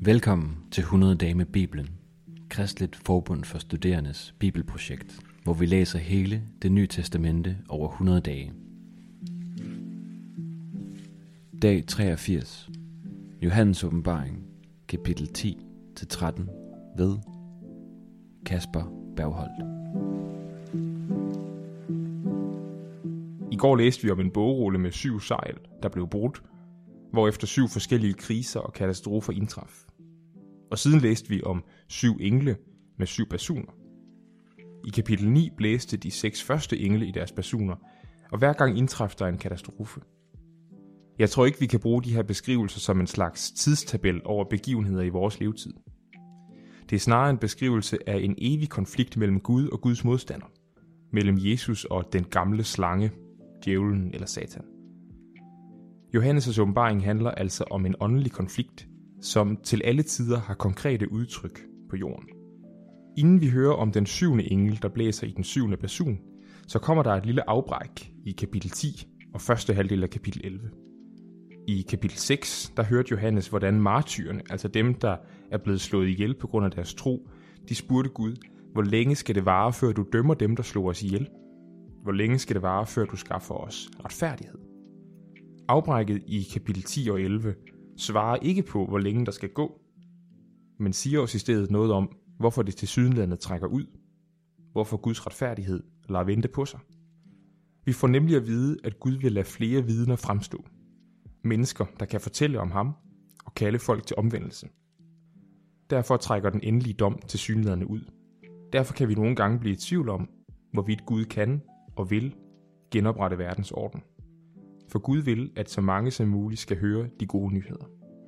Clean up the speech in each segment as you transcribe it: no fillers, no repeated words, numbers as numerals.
Velkommen til 100 dage med Bibelen, Kristeligt Forbund for Studerendes Bibelprojekt, hvor vi læser hele Det Nye Testamente over 100 dage. Dag 83. Johannes åbenbaring, kapitel 10-13 ved Kasper Bergholdt. I går læste vi om en bogrulle med 7 sejl, der blev brudt, hvorefter 7 forskellige kriser og katastrofer indtraf. Og siden læste vi om 7 engle med 7 basuner. I kapitel 9 blæste de 6 første engle i deres basuner, og hver gang indtraf der en katastrofe. Jeg tror ikke, vi kan bruge de her beskrivelser som en slags tidstabel over begivenheder i vores levetid. Det er snarere en beskrivelse af en evig konflikt mellem Gud og Guds modstander, mellem Jesus og den gamle slange, djævlen eller Satan. Johannes' åbenbaring handler altså om en åndelig konflikt, som til alle tider har konkrete udtryk på jorden. Inden vi hører om den 7. engel, der blæser i den 7. basun, så kommer der et lille afbræk i kapitel 10 og første halvdel af kapitel 11. I kapitel 6, der hørte Johannes, hvordan martyrerne, altså dem, der er blevet slået ihjel på grund af deres tro, de spurgte Gud, hvor længe skal det vare, før du dømmer dem, der slår os ihjel? Hvor længe skal det vare, før du skaffer os retfærdighed? Afbrækket i kapitel 10 og 11 svarer ikke på, hvor længe der skal gå, men siger os i stedet noget om, hvorfor det tilsyneladende trækker ud, hvorfor Guds retfærdighed lader vente på sig. Vi får nemlig at vide, at Gud vil lade flere vidner fremstå. Mennesker, der kan fortælle om ham og kalde folk til omvendelse. Derfor trækker den endelige dom tilsyneladende ud. Derfor kan vi nogle gange blive i tvivl om, hvorvidt Gud kan og vil genoprette verdens orden. For Gud vil, at så mange som muligt skal høre de gode nyheder.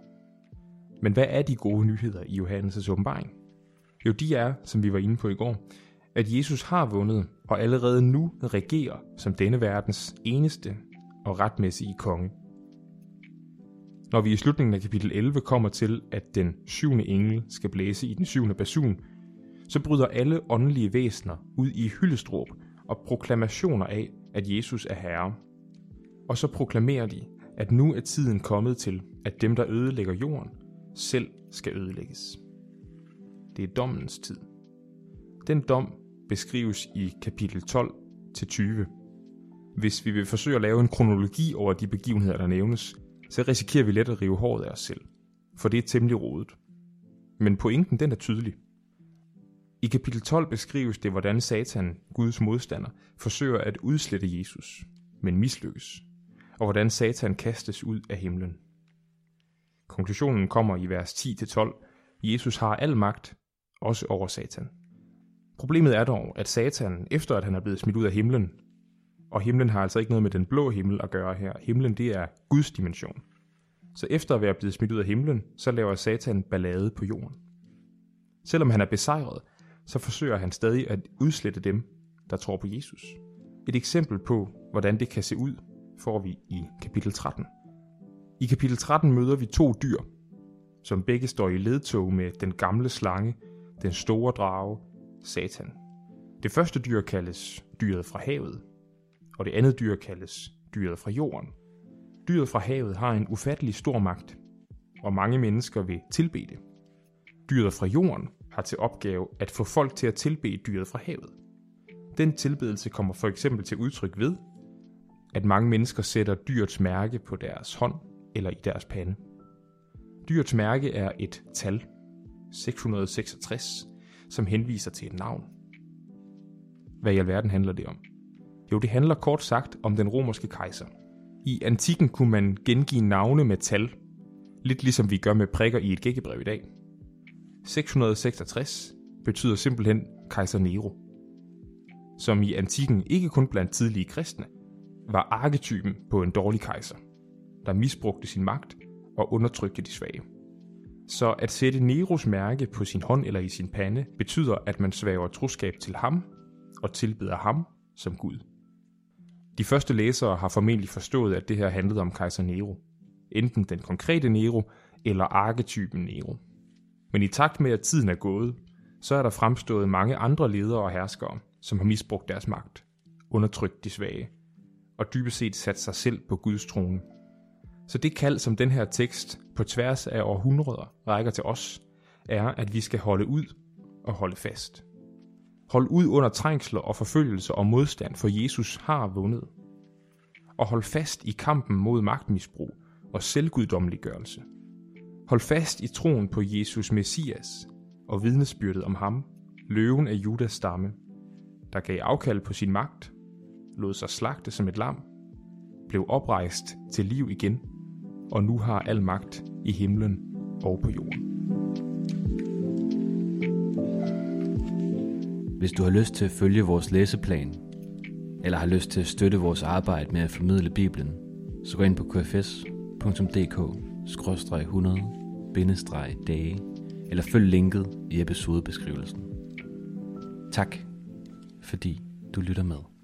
Men hvad er de gode nyheder i Johannes' åbenbaring? Jo, de er, som vi var inde på i går, at Jesus har vundet og allerede nu regerer som denne verdens eneste og retmæssige konge. Når vi i slutningen af kapitel 11 kommer til, at den 7. engel skal blæse i den 7. basun, så bryder alle åndelige væsener ud i hyldestråb og proklamationer af, at Jesus er herre. Og så proklamerer de, at nu er tiden kommet til, at dem, der ødelægger jorden, selv skal ødelægges. Det er dommens tid. Den dom beskrives i kapitel 12-20. Hvis vi vil forsøge at lave en kronologi over de begivenheder, der nævnes, så risikerer vi let at rive håret af os selv, for det er temmelig rodet. Men pointen den er tydelig. I kapitel 12 beskrives det, hvordan Satan, Guds modstander, forsøger at udslette Jesus, men mislykkes, og hvordan Satan kastes ud af himlen. Konklusionen kommer i vers 10-12. Jesus har al magt, også over Satan. Problemet er dog, at Satan, efter at han er blevet smidt ud af himlen, og himlen har altså ikke noget med den blå himmel at gøre her. Himlen, det er Guds dimension. Så efter at være blevet smidt ud af himlen, så laver Satan ballade på jorden. Selvom han er besejret, så forsøger han stadig at udslette dem, der tror på Jesus. Et eksempel på, hvordan det kan se ud, får vi i kapitel 13. I kapitel 13 møder vi 2 dyr, som begge står i ledtog med den gamle slange, den store drage, Satan. Det første dyr kaldes dyret fra havet, og det andet dyr kaldes dyret fra jorden. Dyret fra havet har en ufattelig stor magt, og mange mennesker vil tilbede det. Dyret fra jorden har til opgave at få folk til at tilbede dyret fra havet. Den tilbedelse kommer for eksempel til udtryk ved, at mange mennesker sætter dyrets mærke på deres hånd eller i deres pande. Dyrets mærke er et tal, 666, som henviser til et navn. Hvad i alverden handler det om? Jo, det handler kort sagt om den romerske kejser. I antikken kunne man gengive navne med tal, lidt ligesom vi gør med prikker i et gækkebrev i dag. 666 betyder simpelthen kejser Nero, som i antikken ikke kun blandt tidlige kristne, var arketypen på en dårlig kejser, der misbrugte sin magt og undertrykte de svage. Så at sætte Neros mærke på sin hånd eller i sin pande betyder, at man sværger troskab til ham og tilbeder ham som Gud. De første læsere har formentlig forstået, at det her handlede om kejser Nero. Enten den konkrete Nero eller arketypen Nero. Men i takt med, at tiden er gået, så er der fremstået mange andre ledere og herskere, som har misbrugt deres magt, undertrykt de svage og dybest set sat sig selv på Guds trone. Så det kald, som den her tekst på tværs af århundreder rækker til os, er, at vi skal holde ud og holde fast. Hold ud under trængsler og forfølgelse og modstand, for Jesus har vundet. Og hold fast i kampen mod magtmisbrug og selvguddommeliggørelse. Hold fast i troen på Jesus Messias og vidnesbyrdet om ham, løven af Judas stamme, der gav afkald på sin magt, lod sig slagte som et lam, blev oprejst til liv igen, og nu har al magt i himlen og på jorden. Hvis du har lyst til at følge vores læseplan, eller har lyst til at støtte vores arbejde med at formidle Bibelen, så gå ind på kfs.dk/100-dage, eller følg linket i episodebeskrivelsen. Tak, fordi du lytter med.